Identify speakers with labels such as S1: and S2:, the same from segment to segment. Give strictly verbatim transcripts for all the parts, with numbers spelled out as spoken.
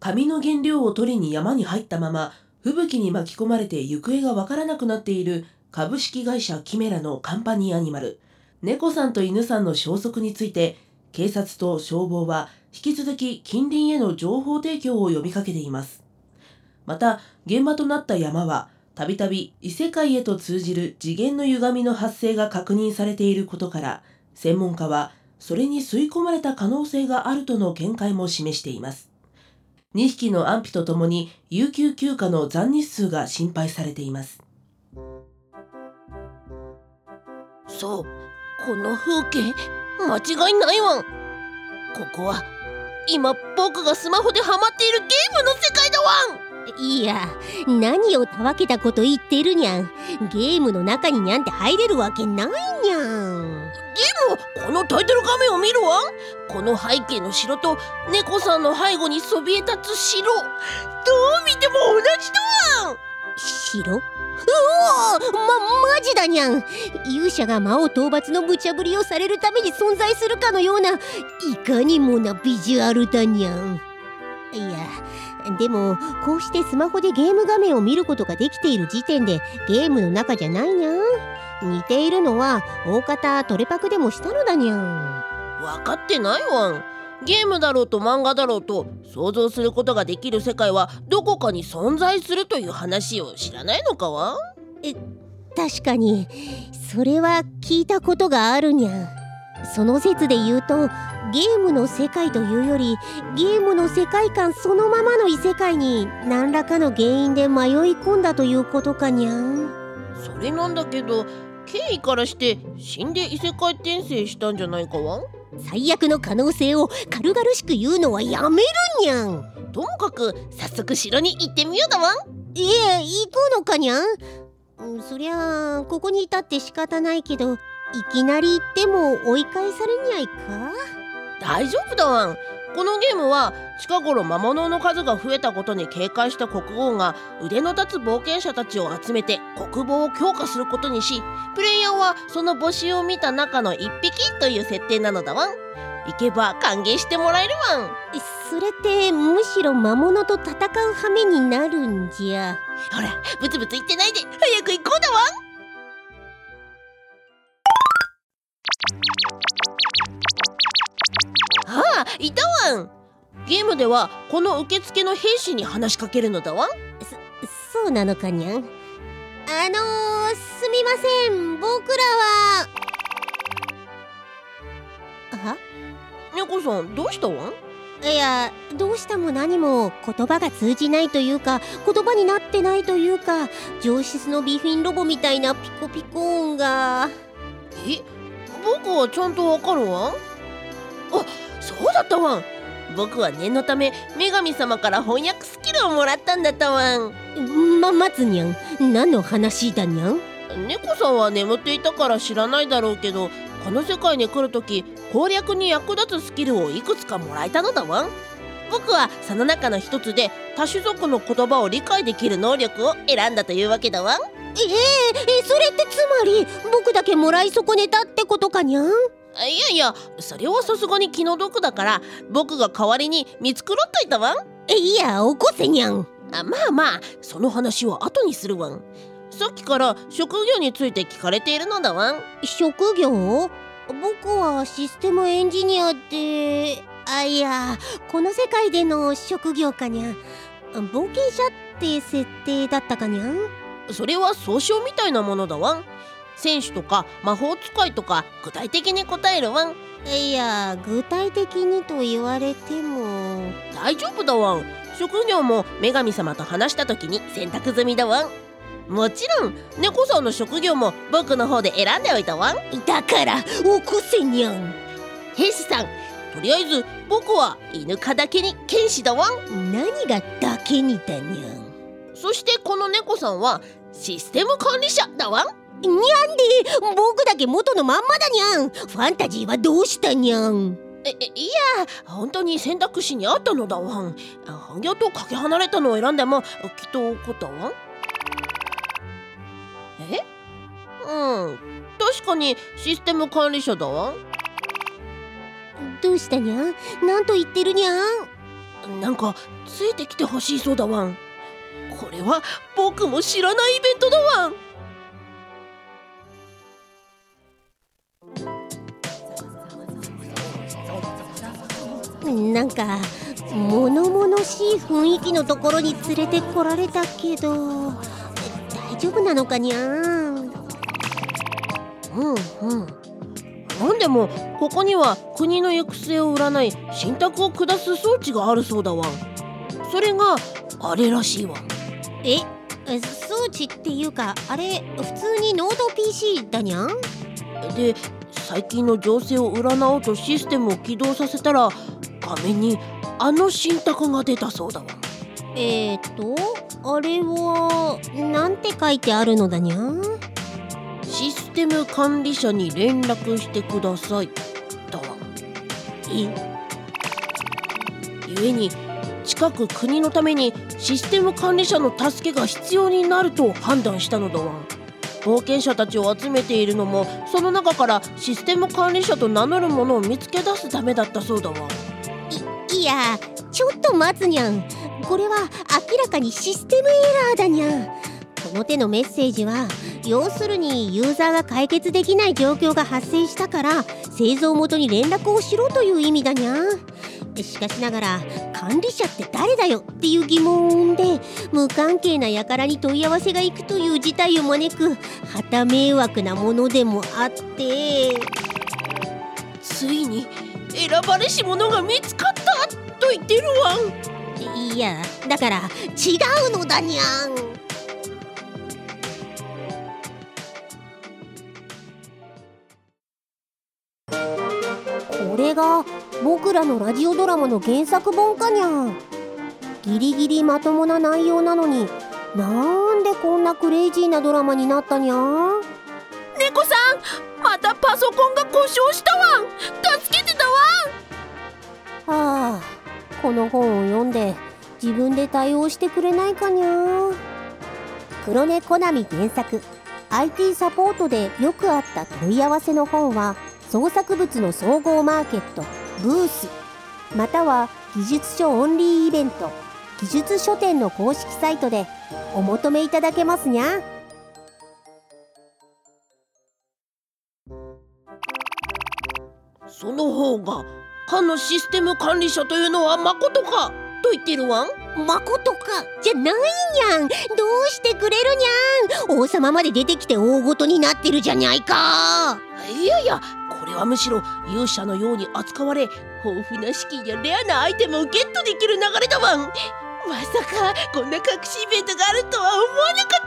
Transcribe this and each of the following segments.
S1: 紙の原料を取りに山に入ったまま吹雪に巻き込まれて行方がわからなくなっている株式会社キメラのカンパニーアニマル、猫さんと犬さんの消息について、警察と消防は引き続き近隣への情報提供を呼びかけています。また、現場となった山はたびたび異世界へと通じる次元の歪みの発生が確認されていることから、専門家はそれに吸い込まれた可能性があるとの見解も示しています。にひきの安否とともに有給休暇の残日数が心配されています。
S2: そう、この風景間違いないわん。ここは今僕がスマホでハマっているゲームの世界だわん。
S3: いや、何をたわけたこと言ってるにゃん。ゲームの中ににゃんて入れるわけないにゃん。
S2: でもこのタイトル画面を見るわん。この背景の城と猫さんの背後にそびえ立つ城、どう見ても同じだわん。
S3: 城？うおー、ま、マジだにゃん。勇者が魔王討伐の無茶ぶりをされるために存在するかのような、いかにもなビジュアルだにゃん。いや、でもこうしてスマホでゲーム画面を見ることができている時点でゲームの中じゃないにゃん。似ているのは大方トレパクでもしたのだにゃん。
S2: 分かってないわん。ゲームだろうと漫画だろうと想像することができる世界はどこかに存在するという話を知らないのかわ。
S3: え、確かにそれは聞いたことがあるにゃん。その説で言うと、ゲームの世界というよりゲームの世界観そのままの異世界に何らかの原因で迷い込んだということかにゃん。
S2: それなんだけど、経緯からして死んで異世界転生したんじゃないかわん。
S3: 最悪の可能性を軽々しく言うのはやめるにゃん。
S2: ともかく早速城に行ってみようだわん。
S3: いえ、行くのかにゃん。そりゃあここにいたって仕方ないけど、いきなり行っても追い返されにゃいか。
S2: 大丈夫だわん。このゲームは近頃魔物の数が増えたことに警戒した国王が腕の立つ冒険者たちを集めて国防を強化することにし、プレイヤーはその募集を見た中の一匹という設定なのだわん。行けば歓迎してもらえるわん。
S3: それってむしろ魔物と戦う羽目になるんじゃ。
S2: ほら、ブツブツ言ってないで早く行こうだわん。ああ、いたわん。ゲームではこの受付の兵士に話しかけるのだわん。
S3: そ、そうなのかにゃん。あのー、すみません、僕らは。あ？
S2: 猫さん、どうしたわん？
S3: いや、どうしたも何も言葉が通じないというか、言葉になってないというか、上質のビフィンロボみたいなピコピコ音が。
S2: え、僕はちゃんとわかるわん。あ、そうだったわん。僕は念のため女神様から翻訳スキルをもらったんだったわん。
S3: ま、待つにゃん。何の話だにゃん。
S2: 猫さんは眠っていたから知らないだろうけど、この世界に来るとき攻略に役立つスキルをいくつかもらえたのだわん。僕はその中の一つで多種族の言葉を理解できる能力を選んだというわけだわん。
S3: えー、えそれってつまり僕だけもらい損ねたってことかにゃん。
S2: いやいや、それはさすがに気の毒だから僕が代わりに見繕っといたわん。
S3: いや、起こせにゃん。
S2: あ、まあまあ、その話は後にするわん。さっきから職業について聞かれているのだわん。
S3: 職業？僕はシステムエンジニアで、あ、いや、この世界での職業かにゃん。冒険者って設定だったかにゃん。
S2: それは総称みたいなものだわん。戦士とか魔法使いとか具体的に答えるわん。
S3: いや、具体的にと言われても。
S2: 大丈夫だわん。職業も女神様と話した時に選択済みだわん。もちろん猫さんの職業も僕の方で選んでおいたわん。
S3: だから起こせにゃん。
S2: 兵士さん、とりあえず僕は犬科だけに剣士だわ
S3: ん。何がだけにだにゃん。
S2: そしてこの猫さんはシステム管理者だわん。
S3: にゃんで僕だけ元のまんまだにゃん。ファンタジーはどうしたにゃん。
S2: え、いや、本当に選択肢にあったのだわん。本業とかけ離れたのを選んでもきっと答わん。え？うん、確かにシステム管理者だわん。
S3: どうしたにゃん。なんと言ってるにゃん。
S2: なんかついてきてほしいそうだワン。これは僕も知らないイベントだワ
S3: ン。なんか物々しい雰囲気のところに連れてこられたけど大丈夫なのかにゃー。
S2: うんうん。なんでもここには国の行く末を占い信託を下す装置があるそうだワン。それがあれらしいワン。
S3: え、装置っていうかあれ普通にノード ピーシー だにゃん。
S2: で最近の情勢を占おうとシステムを起動させたら画面にあの信託が出たそうだわ。
S3: えーとあれはなんて書いてあるのだにゃん。
S2: システム管理者に連絡してくださいだわ。えゆえに近く国のためにシステム管理者の助けが必要になると判断したのだわ。冒険者たちを集めているのもその中からシステム管理者と名乗る者を見つけ出すためだったそうだわ。
S3: い、いやちょっと待つにゃん。これは明らかにシステムエラーだにゃん。この手のメッセージは要するにユーザーが解決できない状況が発生したから製造元に連絡をしろという意味だにゃん。しかしながら管理者って誰だよっていう疑問を生んで無関係な輩に問い合わせがいくという事態を招くはた迷惑なものでもあって、
S2: ついに選ばれし者が見つかったと言ってるわん。
S3: いやだから違うのだにゃん。これが僕らのラジオドラマの原作本かにゃん。ギリギリまともな内容なのになんでこんなクレイジーなドラマになったにゃん。
S2: 猫さんまたパソコンが故障したわん。助けてだ
S3: わん。はあこの本を読んで自分で対応してくれないかにゃ。黒根コナミ原作 アイティー サポートでよくあった問い合わせの本は創作物の総合マーケットブースまたは技術書オンリーイベント技術書店の公式サイトでお求めいただけますにゃ。
S2: その方がかのシステム管理者というのはまことかと言ってるわん。
S3: まことかじゃないにゃん。どうしてくれるにゃん。王様まで出てきて大ごとになってるじゃないか。
S2: いやいやこれはむしろ勇者のように扱われ豊富な資金やレアなアイテムをゲットできる流れだわん。まさかこんな隠しイベントがあるとは思わなか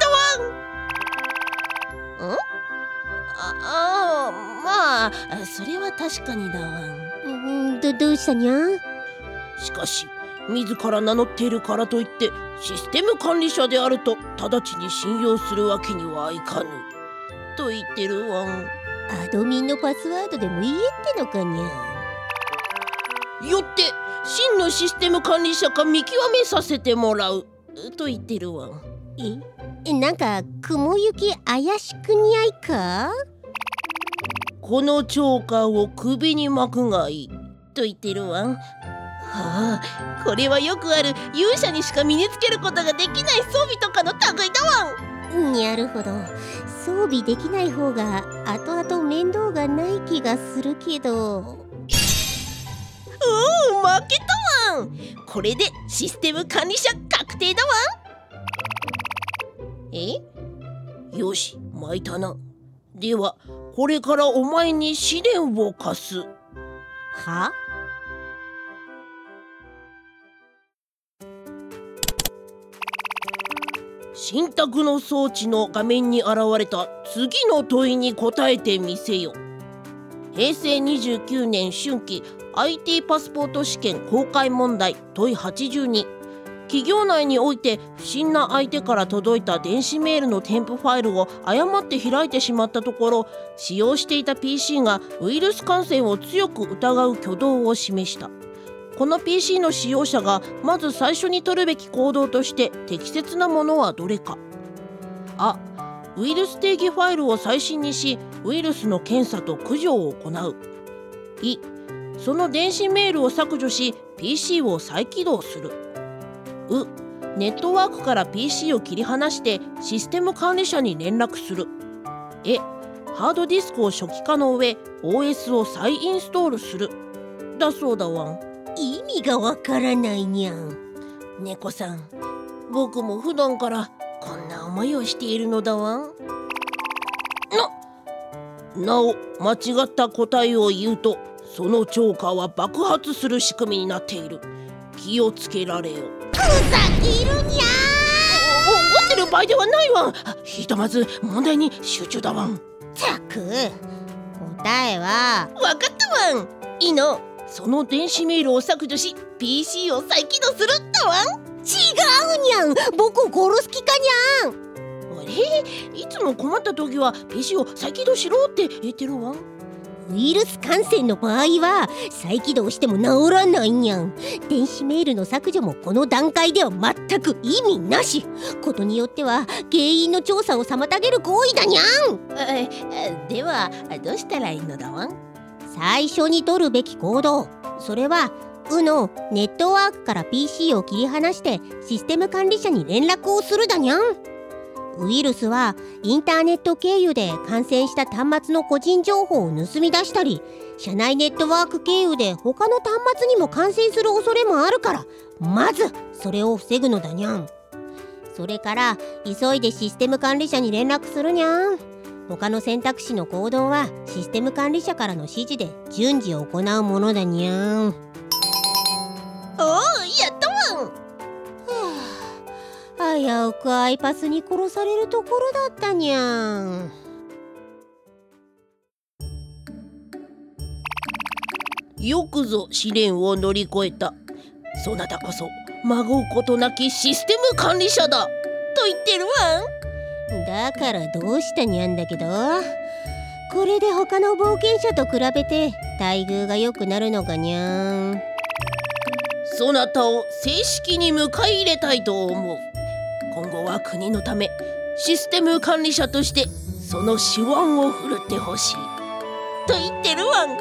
S2: ったわん。んああまあそれは確かにだわん。
S3: んどどうしたにゃん。
S2: しかし自ら名乗っているからといってシステム管理者であると直ちに信用するわけにはいかぬと言ってるわん。
S3: アドミンのパスワードでも言えってのかにゃ。
S2: よって真のシステム管理者か見極めさせてもらうと言ってるわん。
S3: えなんか雲行き怪しくにゃいか。
S2: このチョーカーを首に巻くがいいと言ってるわん。はあ、これはよくある勇者にしか身につけることができない装備とかの類だわん。
S3: なるほど装備できない方が後々面倒がない気がするけど。
S2: おお負けたわん。これでシステム管理者確定だわん。えよし巻いたな。ではこれからお前に試練を課す。
S3: は
S2: 信託の装置の画面に現れた次の問いに答えてみせよ。へいせいにじゅうきゅうねん春季 アイティー パスポート試験公開問題問いはちじゅうに。企業内において不審な相手から届いた電子メールの添付ファイルを誤って開いてしまったところ使用していた ピーシー がウイルス感染を強く疑う挙動を示した。この ピーシー の使用者がまず最初に取るべき行動として適切なものはどれか。あ、ウイルス定義ファイルを最新にしウイルスの検査と駆除を行う。い、その電子メールを削除しピーシー を再起動する。う、ネットワークから ピーシー を切り離してシステム管理者に連絡する。え、ハードディスクを初期化の上 オーエス を再インストールするだそうだわん。
S3: 意味がわからないにゃん。
S2: 猫さん、僕も普段からこんな思いをしているのだわん。な、なお間違った答えを言うとそのチョーカーは爆発する仕組みになっている。気をつけられよ。
S3: ふざけるにゃ
S2: お、怒ってる場合ではないわん。ひとまず問題に集中だわん。
S3: ったく、答えは
S2: わかったわん。いいの、その電子メールを削除し ピーシー を再起動するだわん。
S3: 違うにゃん。僕を殺す気かにゃん。
S2: あれ、いつも困った時は ピーシー を再起動しろって言ってるわん。
S3: ウイルス感染の場合は再起動しても治らないにゃん。電子メールの削除もこの段階では全く意味なし。ことによっては原因の調査を妨げる行為だにゃん。
S2: ではどうしたらいいのだわん。
S3: 最初に取るべき行動、それはうのネットワークから ピーシー を切り離してシステム管理者に連絡をするだにゃん。ウイルスはインターネット経由で感染した端末の個人情報を盗み出したり、社内ネットワーク経由で他の端末にも感染する恐れもあるから、まずそれを防ぐのだにゃん。それから急いでシステム管理者に連絡するにゃん。他の選択肢の行動はシステム管理者からの指示で順次行うものだにゃん。
S2: おお、やったわん。
S3: 危うくアイパスに殺されるところだったにゃん。
S2: よくぞ試練を乗り越えた。そなたこそまごうことなきシステム管理者だと言ってるわん。
S3: だからどうしたにゃんだけど、これで他の冒険者と比べて待遇が良くなるのかにゃん。
S2: そなたを正式に迎え入れたいと思う。今後は国のためシステム管理者としてその手腕を振るってほしいと言ってるわん。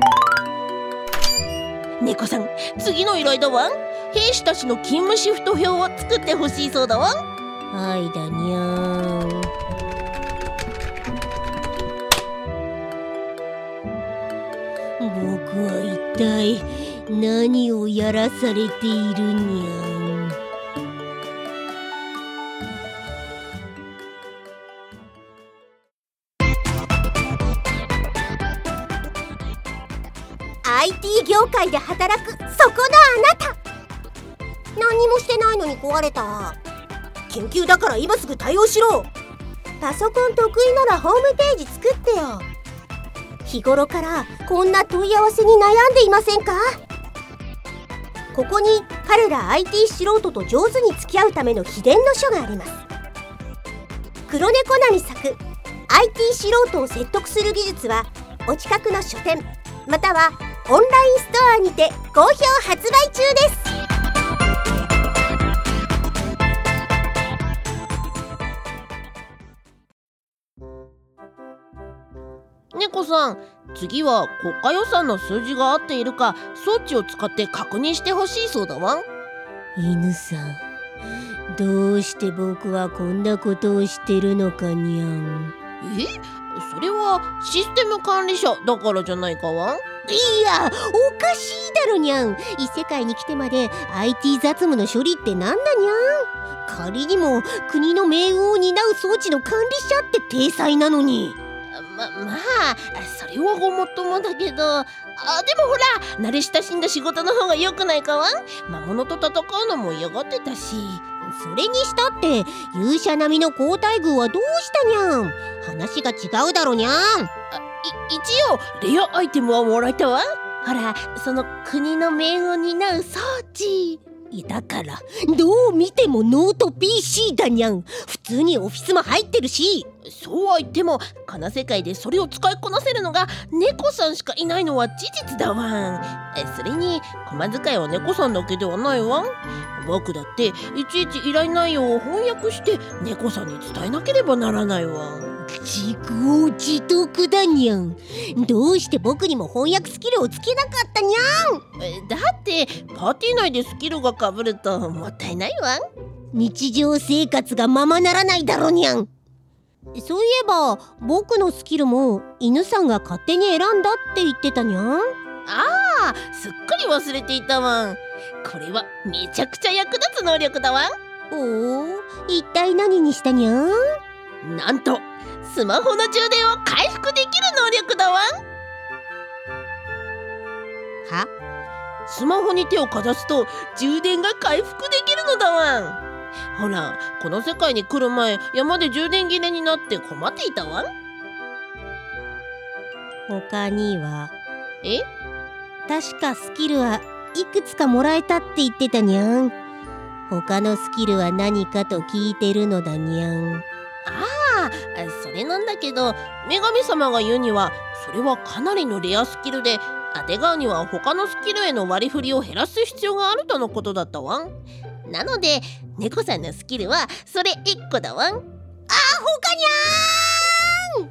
S2: 猫さん、次の依頼だわん。兵士たちの勤務シフト表を作ってほしいそうだわん。
S3: はいだにゃん。僕は一体何をやらされているにゃん。アイティー 業界で働くそこのあなた、何もしてないのに壊れた。緊急だから今すぐ対応しろ。パソコン得意ならホームページ作ってよ。日頃からこんな問い合わせに悩んでいませんか？ここに彼ら アイティー 素人と上手に付き合うための秘伝の書があります。黒猫なみ作 アイティー 素人を説得する技術はお近くの書店またはオンラインストアにて好評発売中です。
S2: 猫さん、次は国家予算の数字が合っているか装置を使って確認してほしいそうだわん。
S3: 犬さん、どうして僕はこんなことをしてるのかにゃん。
S2: え、それはシステム管理者だからじゃないかわん。
S3: いや、おかしいだろにゃん。異世界に来てまで アイティー 雑務の処理ってなんだにゃん。仮にも国の命運を担う装置の管理者って体裁なのに。
S2: ま、まあそれはごもっともだけど、あ、でもほら慣れ親しんだ仕事の方が良くないかわん。魔物と戦うのも嫌がってたし。
S3: それにしたって勇者並みの好待遇はどうしたにゃん。話が違うだろにゃん。
S2: あ、い一応レアアイテムはもらえたわ。ほら、その国の命運を担う装置。
S3: だからどう見てもノート ピーシー だにゃん。普通にオフィスも入ってるし。
S2: そうは言ってもこの世界でそれを使いこなせるのが猫さんしかいないのは事実だわん。それに駒遣いは猫さんだけではないわん。僕だっていちいち依頼内容を翻訳して猫さんに伝えなければならないわん。
S3: 自業自得だにゃん。どうして僕にも翻訳スキルをつけなかったにゃん。
S2: えだってパーティー内でスキルがかぶるともったいないわ。
S3: 日常生活がままならないだろにゃん。そういえば僕のスキルも犬さんが勝手に選んだって言ってたにゃん。
S2: ああ、すっかり忘れていたわん。これはめちゃくちゃ役立つ能力だわん。
S3: おお、一体何にしたにゃん。
S2: なんとスマホの充電を回復できる能力だわん。
S3: は？
S2: スマホに手をかざすと充電が回復できるのだわん。ほら、この世界に来る前、山で充電切れになって困っていたわん。
S3: 他には？
S2: え？
S3: 確かスキルはいくつかもらえたって言ってたにゃん。他のスキルは何かと聞いてるのだにゃん。
S2: ああ、それなんだけど、女神様が言うにはそれはかなりのレアスキルで、当てがうには他のスキルへの割り振りを減らす必要があるとのことだったわん。なので猫さんのスキルはそれいっこだわん。あー、
S3: 他にゃーん。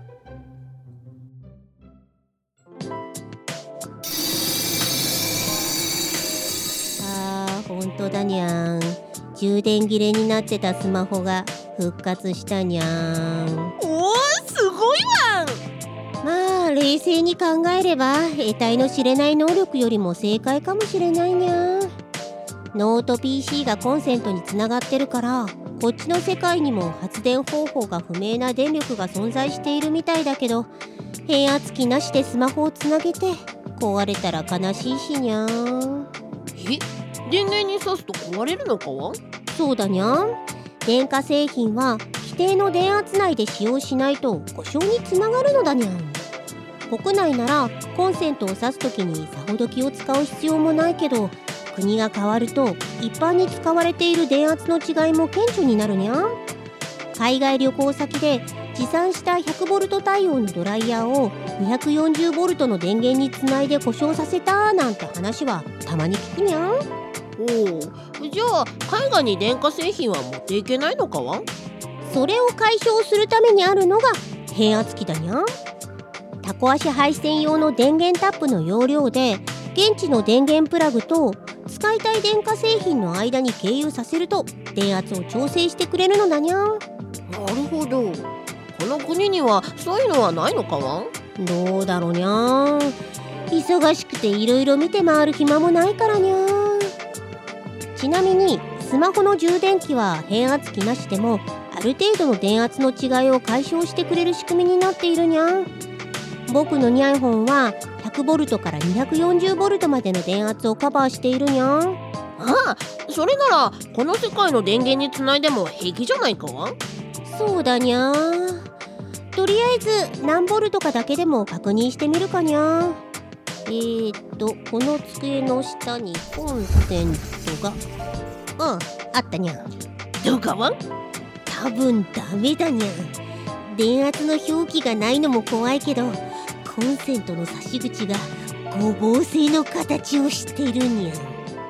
S3: あー、ほんとだにゃーん。充電切れになってたスマホが復活したにゃーん。
S2: おー、すごいわん。
S3: まあ冷静に考えれば得体の知れない能力よりも正解かもしれないにゃー。ノート ピーシー がコンセントにつながってるから、こっちの世界にも発電方法が不明な電力が存在しているみたいだけど、変圧器なしでスマホをつなげて壊れたら悲しいしにゃー。
S2: え、電源に挿すと壊れるのかわん？
S3: そうだにゃん。電化製品は規定の電圧内で使用しないと故障につながるのだにゃん。国内ならコンセントを挿すときにさほど気を使う必要もないけど、国が変わると一般に使われている電圧の違いも顕著になるにゃん。海外旅行先で持参した ひゃくボルト 対応のドライヤーを にひゃくよんじゅうボルト の電源につないで故障させたなんて話はたまに聞くにゃん。
S2: おお、じゃあ海外に電化製品は持っていけないのかわん？
S3: それを解消するためにあるのが変圧器だにゃん。タコ足配線用の電源タップの容量で現地の電源プラグと使いたい電化製品の間に経由させると電圧を調整してくれるのだにゃん。
S2: なるほど。この国にはそういうのはないのかわん？
S3: どうだろうにゃん。忙しくていろいろ見て回る暇もないからにゃん。ちなみにスマホの充電器は変圧器なしでもある程度の電圧の違いを解消してくれる仕組みになっているにゃん。僕のニャイホンは ひゃくボルト から にひゃくよんじゅうボルト までの電圧をカバーしているにゃん。
S2: ああ、それならこの世界の電源につないでも平気じゃないかわん？
S3: そうだにゃー。とりあえず何ボルトかだけでも確認してみるかにゃー。えーっとこの机の下にコンセントが、うん、あったにゃん。
S2: どうかわん？
S3: 多分ダメだにゃん。電圧の表記がないのも怖いけど、コンセントの差し口がごぼう星の形をしてるにゃん。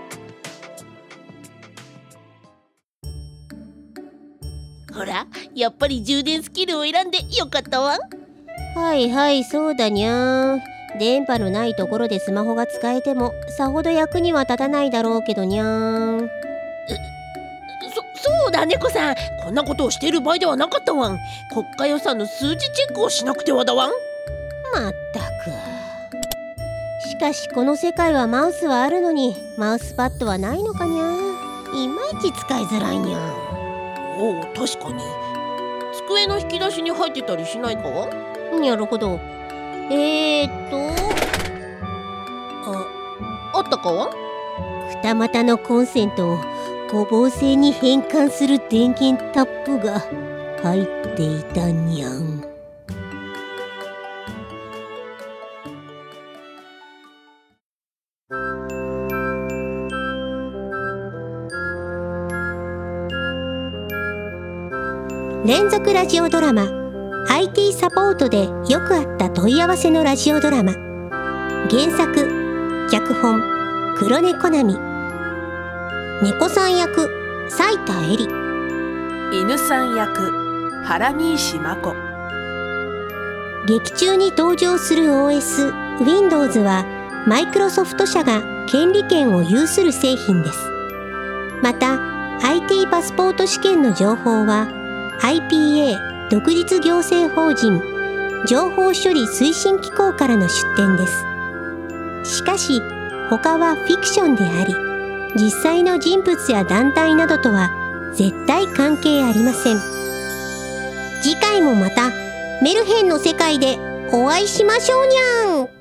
S2: ほら、やっぱり充電スキルを選んでよかったわん。
S3: はいはい、そうだにゃん。電波のないところでスマホが使えてもさほど役には立たないだろうけどにゃん。
S2: そ、そうだ猫さん、こんなことをしている場合ではなかったわん。国家予算の数字チェックをしなくてはだわん。
S3: まったく。しかしこの世界はマウスはあるのにマウスパッドはないのかにゃ。いまいち使いづらいにゃ。
S2: おお、確かに机の引き出しに入ってたりしないかわん。
S3: なるほど。えーっと
S2: あ、あったかわん。
S3: 二股のコンセントをごぼう星に変換する電源タップが入っていたにゃん。連続ラジオドラマ アイティー サポートでよくあった問い合わせのラジオドラマ。原作脚本黒猫なみ、猫さん役斉田恵里、
S1: 犬さん役原西真子、
S3: 劇中に登場する オーエス、Windows はマイクロソフト社が権利権を有する製品です。また アイティー パスポート試験の情報は アイピーエー 独立行政法人情報処理推進機構からの出展です。しかし他はフィクションであり、実際の人物や団体などとは絶対関係ありません。次回もまたメルヘンの世界でお会いしましょうにゃん。